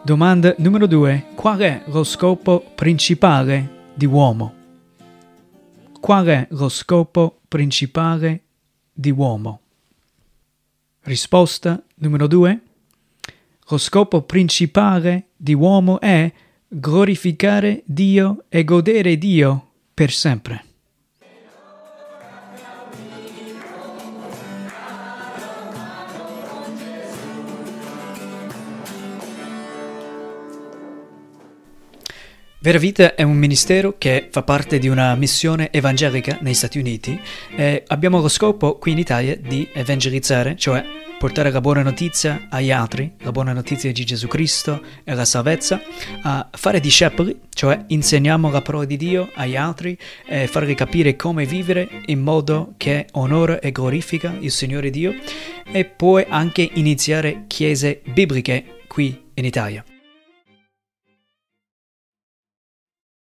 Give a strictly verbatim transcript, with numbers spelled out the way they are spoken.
Domanda numero due. Qual è lo scopo principale di uomo? Qual è lo scopo principale di uomo? Risposta numero due. Lo scopo principale di uomo è glorificare Dio e godere Dio per sempre. Vera Vita è un ministero che fa parte di una missione evangelica negli Stati Uniti e abbiamo lo scopo qui in Italia di evangelizzare, cioè portare la buona notizia agli altri, la buona notizia di Gesù Cristo e la salvezza, a fare discepoli, cioè insegniamo la parola di Dio agli altri e farli capire come vivere in modo che onora e glorifica il Signore Dio, e poi anche iniziare chiese bibliche qui in Italia.